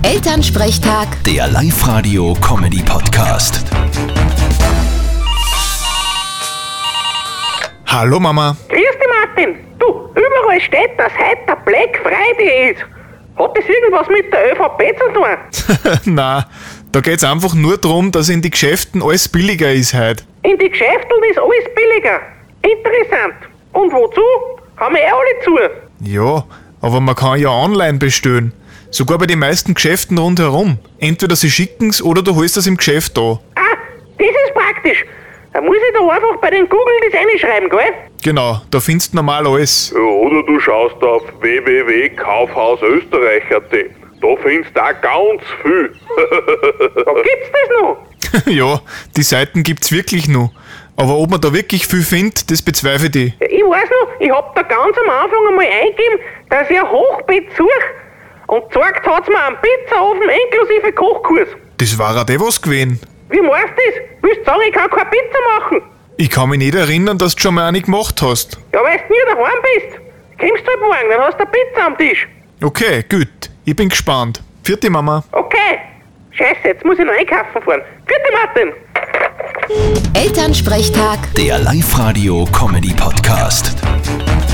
Elternsprechtag, Der Live-Radio-Comedy-Podcast. Hallo Mama. Grüß dich, Martin. Du, überall steht, dass heute der Black Friday ist. Hat das irgendwas mit der ÖVP zu tun? Na, da geht's einfach nur darum, dass in die Geschäften alles billiger ist heute. In die Geschäfteln ist alles billiger. Interessant. Und wozu? Haben wir alle zu. Ja, aber man kann ja online bestellen. Sogar bei den meisten Geschäften rundherum. Entweder sie schicken's oder du holst das im Geschäft da. Ah, das ist praktisch. Da muss ich da einfach bei den Google das reinschreiben, gell? Genau, da findest du normal alles. Ja, oder du schaust auf www.kaufhausösterreich.at. Da findest du auch ganz viel. Da gibt's das noch. Ja, die Seiten gibt's wirklich noch. Aber ob man da wirklich viel findet, das bezweifle ich. Ja, ich weiß noch, ich hab da ganz am Anfang einmal eingegeben, dass ich ein Hochbett suche. Und gezeigt hat's mir einen Pizzaofen inklusive Kochkurs. Das war auch was gewesen. Wie meinst du das? Willst du sagen, ich kann keine Pizza machen? Ich kann mich nicht erinnern, dass du schon mal eine gemacht hast. Ja, weil du nie daheim bist. Kommst du halt morgen, dann hast du eine Pizza am Tisch. Okay, gut. Ich bin gespannt. Vierte Mama. Okay. Scheiße, jetzt muss ich noch einkaufen fahren. Vierte Martin. Elternsprechtag. Der Live-Radio-Comedy-Podcast.